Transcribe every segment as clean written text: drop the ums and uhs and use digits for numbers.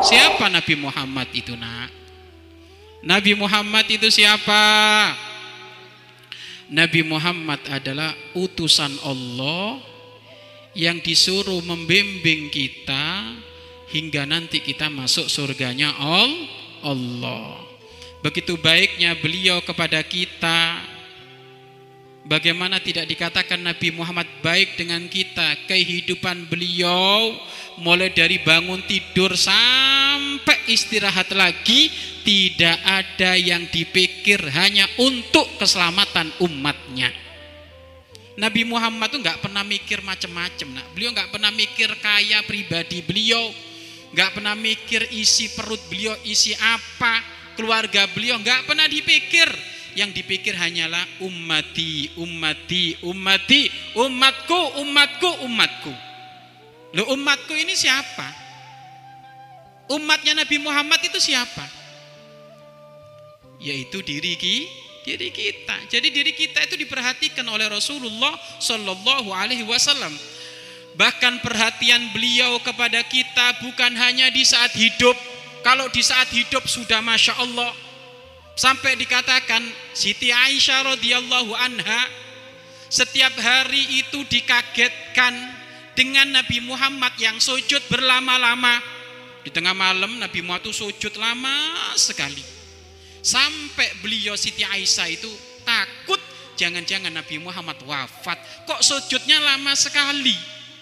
Siapa Nabi Muhammad itu, nak? Nabi Muhammad itu siapa? Nabi Muhammad adalah utusan Allah yang disuruh membimbing kita hingga nanti kita masuk surganya Allah. Begitu baiknya beliau kepada kita. Bagaimana tidak dikatakan Nabi Muhammad baik dengan kita? Kehidupan beliau mulai dari bangun tidur sampai istirahat lagi, tidak ada yang dipikir hanya untuk keselamatan umatnya. Nabi Muhammad tuh nggak pernah mikir macam-macam. Nah, beliau nggak pernah mikir kaya pribadi beliau, nggak pernah mikir isi perut beliau isi apa, keluarga beliau nggak pernah dipikir. Yang dipikir hanyalah ummati, ummati, ummati, umatku, umatku, umatku. Loh, umatku ini siapa? Umatnya Nabi Muhammad itu siapa? Yaitu diri kita. Jadi diri kita itu diperhatikan oleh Rasulullah Shallallahu Alaihi Wasallam. Bahkan perhatian beliau kepada kita bukan hanya di saat hidup. Kalau di saat hidup sudah masya Allah. Sampai dikatakan Siti Aisyah radhiyallahu anha setiap hari itu dikagetkan dengan Nabi Muhammad yang sujud berlama-lama. Di tengah malam Nabi Muhammad itu sujud lama sekali. Sampai beliau Siti Aisyah itu takut jangan-jangan Nabi Muhammad wafat. Kok sujudnya lama sekali?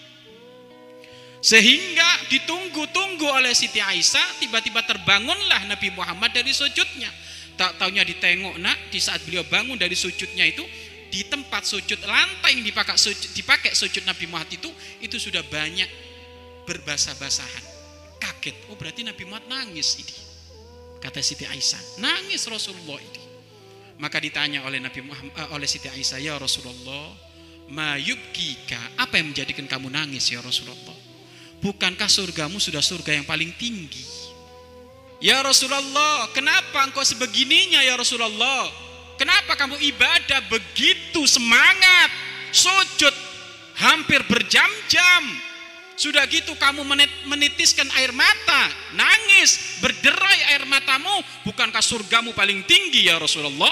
Sehingga ditunggu-tunggu oleh Siti Aisyah, tiba-tiba terbangunlah Nabi Muhammad dari sujudnya. Tak taunya ditengok, nak, di saat beliau bangun dari sujudnya itu, di tempat sujud, lantai yang dipakai sujud Nabi Muhammad itu sudah banyak berbasah-basahan. Kaget, oh berarti Nabi Muhammad nangis ini. Kata Siti Aisyah, nangis Rasulullah ini. Maka ditanya oleh Nabi Muhammad, oleh Siti Aisyah, ya Rasulullah, ma yubkika, apa yang menjadikan kamu nangis ya Rasulullah? Bukankah surgamu sudah surga yang paling tinggi? Ya Rasulullah, kenapa engkau sebegininya ya Rasulullah? Kenapa kamu ibadah begitu semangat, sujud hampir berjam-jam? Sudah gitu kamu menitiskan air mata, nangis, berderai air matamu. Bukankah surgamu paling tinggi ya Rasulullah?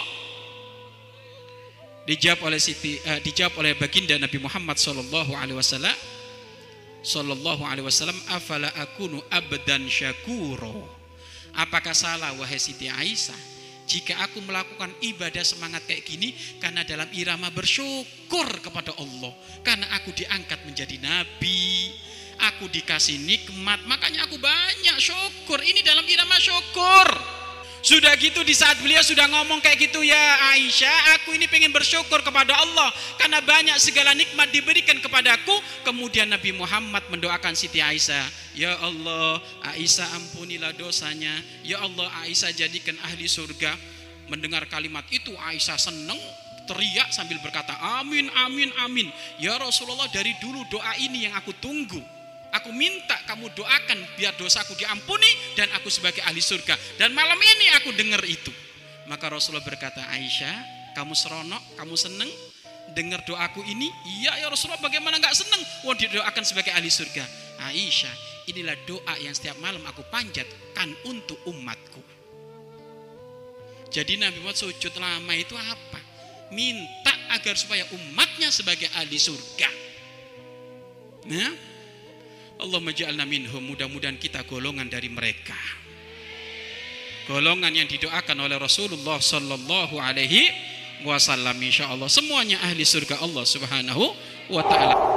Dijawab oleh baginda Nabi Muhammad sallallahu alaihi wasallam, afala akunu abdan syakuro. Apakah salah wahai Siti Aisyah jika aku melakukan ibadah semangat kayak gini karena dalam irama bersyukur kepada Allah, karena aku diangkat menjadi nabi, aku dikasih nikmat, makanya aku banyak syukur. Ini dalam irama syukur. Sudah gitu di saat beliau sudah ngomong kayak gitu, ya Aisyah, aku ini pengen bersyukur kepada Allah karena banyak segala nikmat diberikan kepadaku. Kemudian Nabi Muhammad mendoakan Siti Aisyah, ya Allah, Aisyah ampunilah dosanya, ya Allah, Aisyah jadikan ahli surga. Mendengar kalimat itu Aisyah senang, teriak sambil berkata, amin, amin, amin. Ya Rasulullah, dari dulu doa ini yang aku tunggu. Aku minta kamu doakan biar dosaku diampuni dan aku sebagai ahli surga. Dan malam ini aku dengar itu. Maka Rasulullah berkata, Aisyah, kamu seronok, kamu seneng dengar doaku ini? Iya ya Rasulullah, bagaimana gak seneng? Wah, didoakan sebagai ahli surga. Aisyah, inilah doa yang setiap malam aku panjatkan untuk umatku. Jadi Nabi Muhammad sujud lama itu apa? Minta agar supaya umatnya sebagai ahli surga. Nah, Allahumma ja'alna minhum, mudah-mudahan kita golongan dari mereka. Golongan yang didoakan oleh Rasulullah sallallahu alaihi wasallam, insyaallah semuanya ahli surga Allah Subhanahu wa taala.